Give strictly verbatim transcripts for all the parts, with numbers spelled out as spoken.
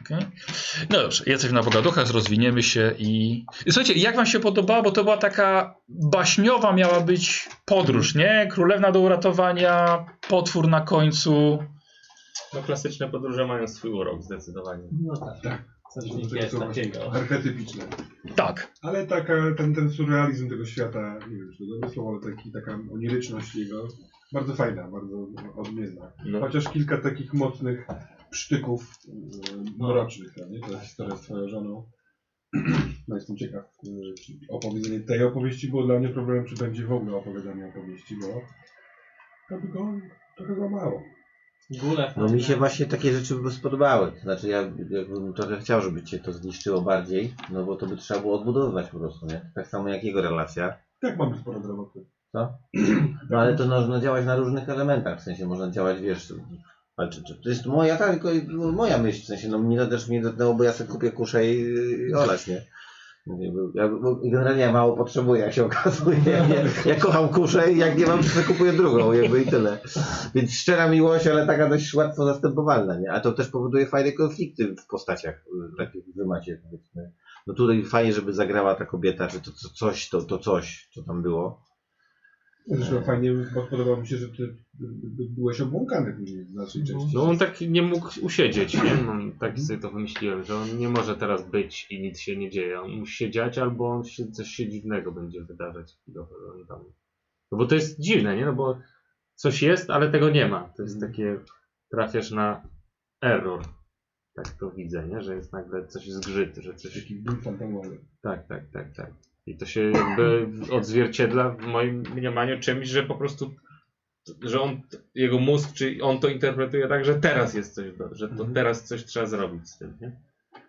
Okay. No dobrze, jesteśmy na pogaduchach, rozwiniemy się i... Słuchajcie, jak wam się podobało, bo to była taka baśniowa miała być podróż, nie? Królewna do uratowania, potwór na końcu. No klasyczne podróże mają swój urok zdecydowanie. No tak. Tak. Coś To jest są właśnie takiego. archetypiczne. Tak. Ale taka, ten, ten surrealizm tego świata, nie wiem, czy to dobre słowo, ale taki, taka oniryczność jego, bardzo fajna, bardzo odmienna. No. Chociaż kilka takich mocnych sztyków yy, mrocznych, no, nie? To jest historia z twoją żoną. No jestem ciekaw, yy, czy opowiedzenie tej opowieści było dla mnie problemem, czy będzie w ogóle opowiadanie opowieści, bo to by go trochę za mało. Góle No mi się właśnie takie rzeczy by spodobały. To znaczy ja jakbym trochę chciał, żeby cię to zniszczyło bardziej, no bo to by trzeba było odbudowywać po prostu, nie? Tak samo jak jego relacja. Tak, mamy sporo dramaty. Co? No ale to można działać na różnych elementach, w sensie można działać, wiesz, ale czy, czy, to jest moja, tak, tylko moja myśl, w sensie, no mnie to też mnie dotknęło, bo ja sobie kupię kuszę i, i olać, nie? Ja, generalnie ja mało potrzebuję, jak się okazuje. Ja, ja kocham kuszę i jak nie mam, to kupuję drugą, jakby i tyle. Więc szczera miłość, ale taka dość łatwo zastępowalna, nie? A to też powoduje fajne konflikty w postaciach, tak jak wy macie, powiedzmy. No tutaj fajnie, żeby zagrała ta kobieta, czy to, to coś, to, to coś, co tam było. Zresztą fajnie, bo podobało mi się, że ty byłeś obłąkany później w naszej części. No on tak nie mógł usiedzieć, nie? No, tak sobie to wymyśliłem, że on nie może teraz być i nic się nie dzieje. On musi się dziać, albo on się, coś się dziwnego będzie wydarzać. Tam. No bo to jest dziwne, nie? No bo coś jest, ale tego nie ma. To jest takie, trafiasz na error. Tak to widzę, nie? Że jest nagle coś zgrzyt, że coś... Taki ból fantomowy. Tak, tak, tak, tak. I to się jakby odzwierciedla w moim mniemaniu czymś, że po prostu, że on, jego mózg, czy on to interpretuje tak, że teraz jest coś, do, że to teraz coś trzeba zrobić z tym, nie?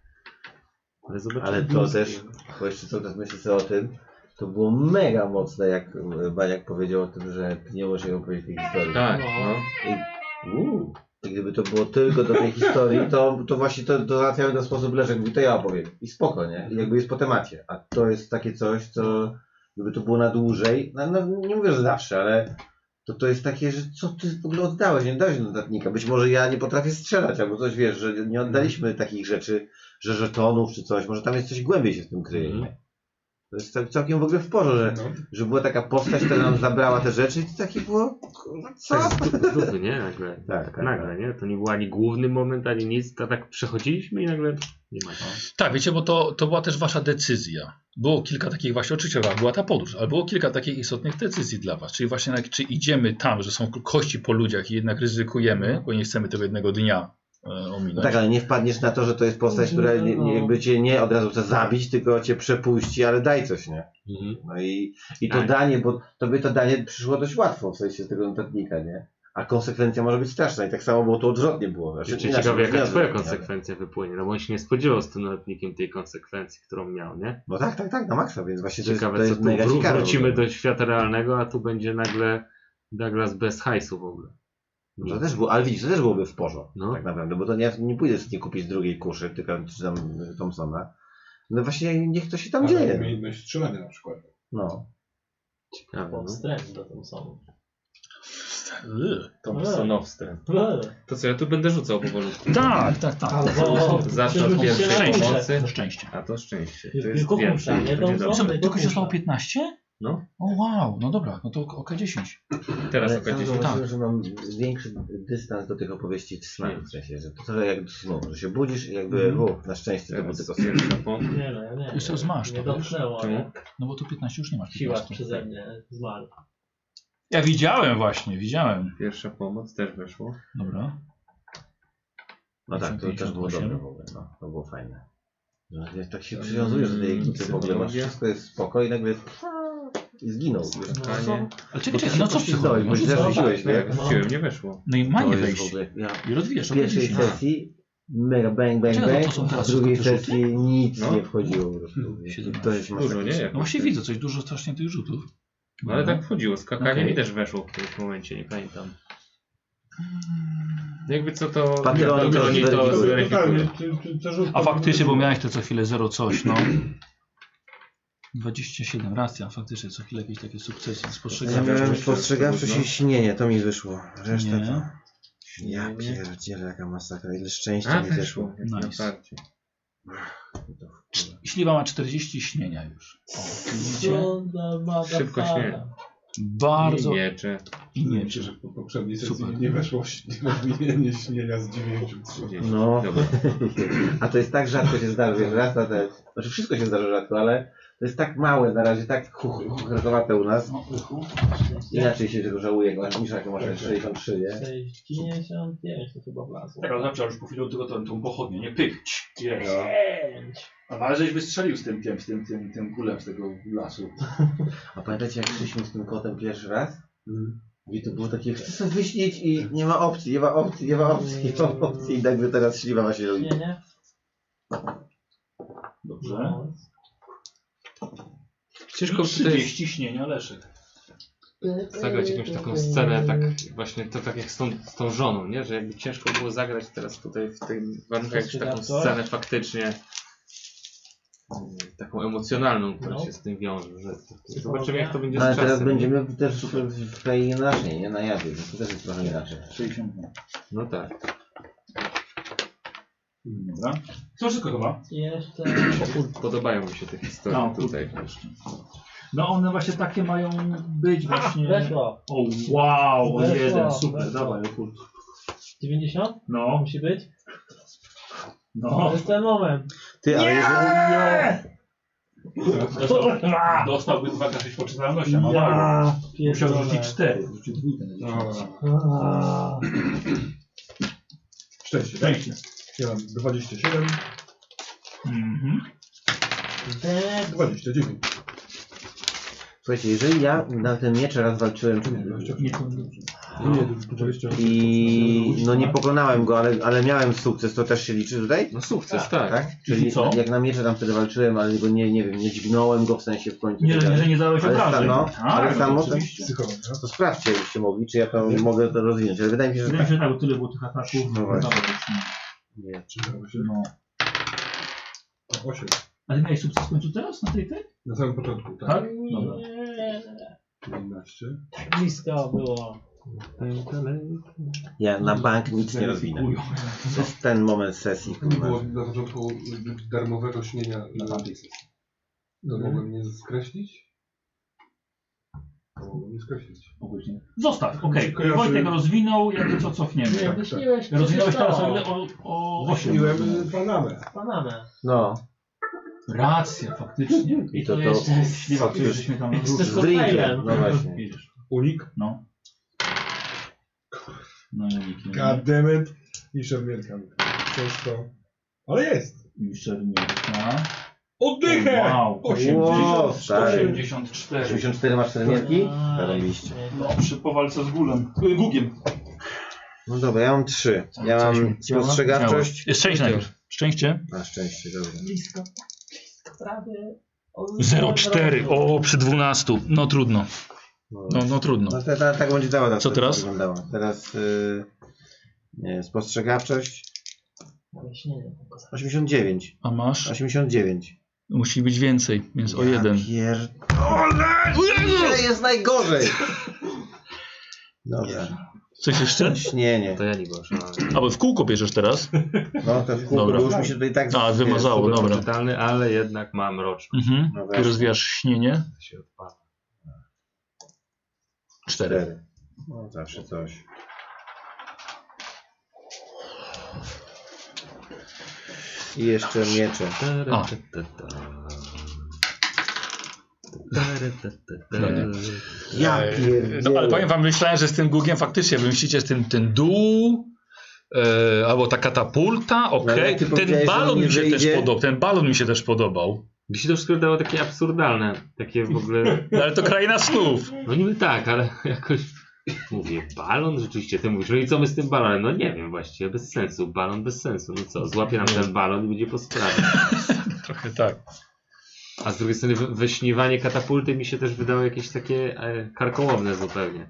Ale, Ale to też, bo jeszcze co teraz myślę sobie o tym, to było mega mocne, jak Baniak powiedział o tym, że ty nie możesz jej opowiedzieć tej historii. Tak, no. I, uu, I gdyby to było tylko do tej historii, to, to właśnie to, to załatwiamy w ten sposób. Leszek mówi, to ja opowiem. I spoko, nie? I jakby jest po temacie. A to jest takie coś, co gdyby to było na dłużej, no, no nie mówię, że zawsze, ale to to jest takie, że co ty w ogóle oddałeś, nie dałeś notatnika. Być może ja nie potrafię strzelać, albo coś, wiesz, że nie oddaliśmy takich rzeczy, że żetonów czy coś. Może tam jest coś głębiej się w tym kryje, nie? To jest całkiem w ogóle w porządku, że, No. że była taka postać, która nam zabrała te rzeczy i to takie było, kurwa, co? Tak z dupy, nie? Nagle, Tak, tak, tak, nagle, tak. nie? To nie był ani główny moment, ani nic, to tak przechodziliśmy i nagle nie ma. Tak, wiecie, bo to, to była też wasza decyzja. Było kilka takich właśnie, oczywiście była ta podróż, ale było kilka takich istotnych decyzji dla was. Czyli właśnie, czy idziemy tam, że są kości po ludziach i jednak ryzykujemy, bo nie chcemy tego jednego dnia e, ominąć. No tak, ale nie wpadniesz na to, że to jest postać, która nie, nie, jakby cię nie od razu chce zabić, tylko cię przepuści, ale daj coś, nie? Mhm. No i, i to Tak. danie, bo tobie to danie przyszło dość łatwo, w sensie z tego notatnika, nie? A konsekwencja może być straszna i tak samo było to odwrotnie było. Znaczy, Znaczy, inaczej, ciekawe, nie jaka twoja odwrotnie, konsekwencja wypłynie, no bo on się nie spodziewał z tym notatnikiem tej konsekwencji, którą miał, nie? No tak, tak, tak, na maksa, więc właśnie to jest, Ciekawe, to co jest tu mega wró- ciekawe. wrócimy do świata realnego, a tu będzie nagle Douglas bez hajsu w ogóle. To też było, ale widzisz, to też byłoby w porządku, No. tak naprawdę, bo to nie, nie pójdę nie kupić drugiej kuszy, tylko czy tam Thompsona. No właśnie niech to się tam Ale dzieje. umiejętność strzelania na przykład. No. Ciekawe, Po no. wstręt do Thompsonu. Ugh. Thompsonowstę. No. To co, ja tu będę rzucał powolutku. Tak, tak, tak. Albo... Zacznę od Rzuć się pierwszej na pomocy. To szczęście. A to szczęście. To Jest jest tylko więcej. kusza, nie? Będzie To dobrze. są- Tylko się stało piętnaście? No, O wow, no dobra, no to O K dziesięć. teraz Ale oka sam dziesięć. zauważyłem, że mam większy dystans do tych opowieści w snu, w sensie, że to trochę jak do snu, że się budzisz i jakby, Mhm. u, na szczęście to był Teraz tylko sen. pierwsza pomoc. Nie no, ja nie. Już to zmasz, Nie to wiesz. dotknęło, Czemu? ale No bo tu piętnaście już nie ma. siła piętnaście. przeze mnie zmarł. Ja widziałem właśnie, widziałem. Pierwsza pomoc też weszło. Dobra. No tak, to też było pięćdziesiąt osiem. dobre w ogóle, no, to było fajne. Że ja tak się przywiązujesz do tej ekipy w ogóle, masz Psychologia. wszystko jest spoko i nagle i zginął. Spotkanie. Ale czekaj, czekaj, no co poślizgnąłeś, psychologii? bo No źle rzucaj. rzuciłeś, nie? Jak wróciłem, nie weszło. No i ma To nie jest w wejść. ogóle, ja I rozwijasz. w pierwszej oczywiście. sesji mega bang bang Czekaj, bang, to są a teraz w drugiej tylko te rzuty? sesji nic No. nie wchodziło po prostu. siedemnaście. To jest Dużo, nie? Jak No właśnie widzę coś, dużo strasznie tych rzutów. No ale tak wchodziło. Skakanie Okej. mi też weszło w którymś momencie, nie pamiętam. Jakby co to... Patroni to, to oni to zweryfikują. zweryfikują. Totalnie, ty- ty- te rzuty- A faktycznie, bo miałeś te co chwilę zero coś, no. dwadzieścia siedem, racja, faktycznie co chwilę jakieś takie sukcesy. Ja Spostrzegam. miałem spostrzegawczość i śnienie, to mi wyszło. Reszta Nie. to... Ja Śnienie. pierdzielę, jaka masakra, ile szczęścia A, mi weszło. zeszło. Jak na Nice. parcie. Śliwa ma czterdzieści śnienia już. O, widzicie? Szybko śmieje. Bardzo... I miecze. I nie, Myślę, że po poprzedniej sesji Super. nie weszło nie śnienia z dziewięciu. No, Dobra. a to jest tak rzadko się zdarza, wiesz, raz na te... Znaczy wszystko się zdarza rzadko, ale to jest tak małe na razie, tak chuchrowate u nas. No, pychu. Inaczej się tego żałuje, niż jak masz sześćdziesiąt trzy, nie? sześćdziesiąt pięć to chyba wlazło. Tak, ale zawsze już po chwili tylko tą, tą pochodnię, nie pykć. Jest. pięć. A ale żeś wystrzelił z tym, tym, z tym, tym, tym kulem z tego lasu. A pamiętacie jak szliśmy z tym kotem pierwszy raz? I to było takie, chcę sobie wyśnić i nie ma opcji, nie ma opcji, nie ma opcji, nie ma opcji i nagle teraz śliwa ma się robić. Nie, nie? Dobrze. No. Ciężko tutaj jest trzydzieści śnienia Leszek. zagrać jakąś taką scenę, tak właśnie to tak jak z tą, z tą żoną, nie? Że jakby ciężko było zagrać teraz tutaj w tych warunkach jakąś taką scenę faktycznie mm, taką emocjonalną, która No. się z tym wiąże. Że zobaczymy jak to będzie Ale z czasem. teraz będziemy też w, w krainie naszej, nie? Na jawie, więc to też jest trochę inaczej. sześćdziesiąt. No tak. Dobra. Co wszystko chyba? Jeszcze... Podobają mi się te historie No, tutaj. No one właśnie takie mają być właśnie. Weszło. O wow, o Weszło, jeden, super, weszło. dawaj, kurde. dziewięćdziesiąt? No, Musi być? To no. jest ten moment. Ty, ale jeżeli... Dostał, dostałby dwa K sześć poczytalności, a ma mało. Ja Musiał pierdolę. rzucić cztery, rzucił dwójkę na dziesięć. A. Szczęście, tak? Szczęście. Ja mam dwadzieścia siedem, Mhm. Dead. dwadzieścia dziewięć. Słuchajcie, jeżeli ja na ten miecz raz walczyłem Nie, to Nie, dwadzieścia osiem. i no nie pokonałem go, ale, ale miałem sukces, to też się liczy tutaj? No sukces, tak. Tak? Czyli co? jak na miecze tam wtedy walczyłem, ale go nie, nie wiem, nie dźgnąłem go w sensie w końcu. Nie, nie, że nie dałeś Ale obrażeń. no, A, ale no samo- oczywiście. Psychologia. To sprawdźcie, jakbyście mogli, czy ja to mogę to rozwinąć, ale wydaje mi się, że Wydaje mi tak. się, że tak, bo tyle było tych ataków. No właśnie. Dobra, już nie. Nie. Czytało się. No. osiem. Ale miałeś sukces w końcu teraz na tej tej? Na samym początku, tak? Tak? Dobra. jedenaście. Blisko było. Ja na bank nic nie rozwinę. To jest ten moment sesji. Nie było kurwa. na początku darmowego śnienia na tamtej sesji. To mogłem nie skreślić? To mogłem nie skreślić. Mogłeś nie. Zostaw, okej. Kojarzy- Wojtek rozwinął, jakby co cofniemy. Nie, wyśniłeś. Rozwinąłeś teraz o o ile? O, o osiem. Wyśniłem y, Panamę. Panamę. No, Racja, faktycznie. i to to jest- Śliwa, który żeśmy tam Jest wrzucili. też z drinkiem, koktajlem. no właśnie. Widzisz. Unik. No. No i nikt nie. God damn it. I szermierka. Ciężko. Ale jest. I szermierka. Oddychę! Wow, Wow, stary. osiemdziesiąt cztery. osiemdziesiąt cztery masz szermierki? Zarobiście. No, przy powalce z gulem. Y, Gugiem. No dobra, ja mam trzy. Ja mam spostrzegawczość. Jest szczęście najpierw. Szczęście? Na szczęście, dobra. Blisko. Blisko prawie. O, zero cztery. O, przy dwunastu. No trudno. No, No, no trudno. no te, te, tak będzie cała ta Co sesja teraz? wyglądała. Teraz y, nie, spostrzegawczość Wyjaśnienie. osiemdziesiąt dziewięć. A masz? osiemdziesiąt dziewięć. Musi być więcej, więc o Ja jeden. Pierdolę! To jest najgorzej! Dobra. Coś jeszcze? Śnienie. To ja nie oszalałem. A bo w kółko bierzesz teraz? No to w kółko, Dobra. bo już mi się tutaj tak... A, wymazało, wiesz, dobra. Czytalny, ale jednak mam roczny. Mhm. No I właśnie. rozwijasz śnienie. Się odpada. Cztery. Cztery. No zawsze coś. I jeszcze miecze. A. Ja E, pierdzielę. No ale powiem wam, myślałem, że z tym Gugiem faktycznie wymyślicie ten, ten dół, e, albo ta katapulta, okej. ale ty Ten powiedziałeś, że balon nie mi się też wyjdzie. podobał, ten balon mi się też podobał. Mi się to wszystko wydało takie absurdalne. Takie w ogóle... No, ale to kraina snów. No niby tak, ale jakoś... Mówię, balon? Rzeczywiście, ty mówisz, no i co my z tym balonem? No nie wiem właściwie, bez sensu. Balon bez sensu. No co, złapie nam ten balon i będzie po sprawie. Trochę tak. A z drugiej strony wy- wyśniewanie katapulty mi się też wydało jakieś takie e, karkołomne zupełnie.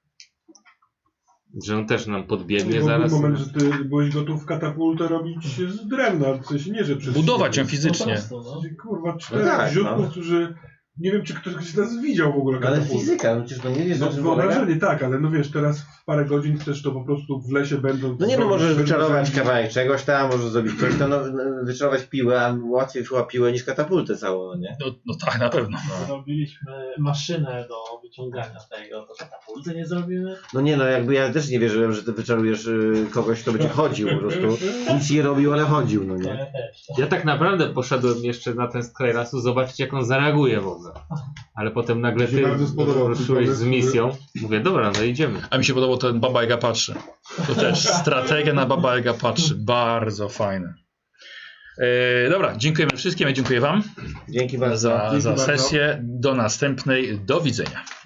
Że on też nam podbiegnie Był zaraz. moment, że ty byłeś gotów katapultę robić z drewna, w sensie nie, że przez... Budować ją Po fizycznie. prostu, no. Kurwa, czterech No tak, ziutków, no. którzy Nie wiem, czy ktoś z nas widział w ogóle Ale katapultę. fizyka, no przecież no nie wiesz, No, na czym polega. wyobrażenie tak, ale no wiesz, teraz w parę godzin chcesz to po prostu w lesie będąc... No nie no, możesz zrobić- wyczarować kawałek czegoś tam, możesz zrobić coś, to no, wyczarować piłę, a łatwiej chyba piłę niż katapultę całą, no nie? No, no tak, na pewno. Zrobiliśmy maszynę do wyciągania tego, to katapulty nie zrobimy. No nie no, jakby ja też nie wierzyłem, że ty wyczarujesz y, kogoś, kto będzie chodził po prostu. Nic nie robił, ale chodził, no To nie? ja też. Ja tak naprawdę poszedłem jeszcze na ten skraj lasu zobaczyć, jak on zareaguje w ogóle. Ale potem nagle Mi się ty bardzo spodobał ten ruszyłeś z pomysł, misją. Mówię, dobra, no idziemy. A mi się podobał ten Baba Jaga patrzy. To też strategia na Baba Jaga patrzy. Bardzo fajne. E, dobra, dziękujemy wszystkim. Ja dziękuję Wam Dzięki bardzo. za, Dzięki za bardzo. sesję. Do następnej. Do widzenia.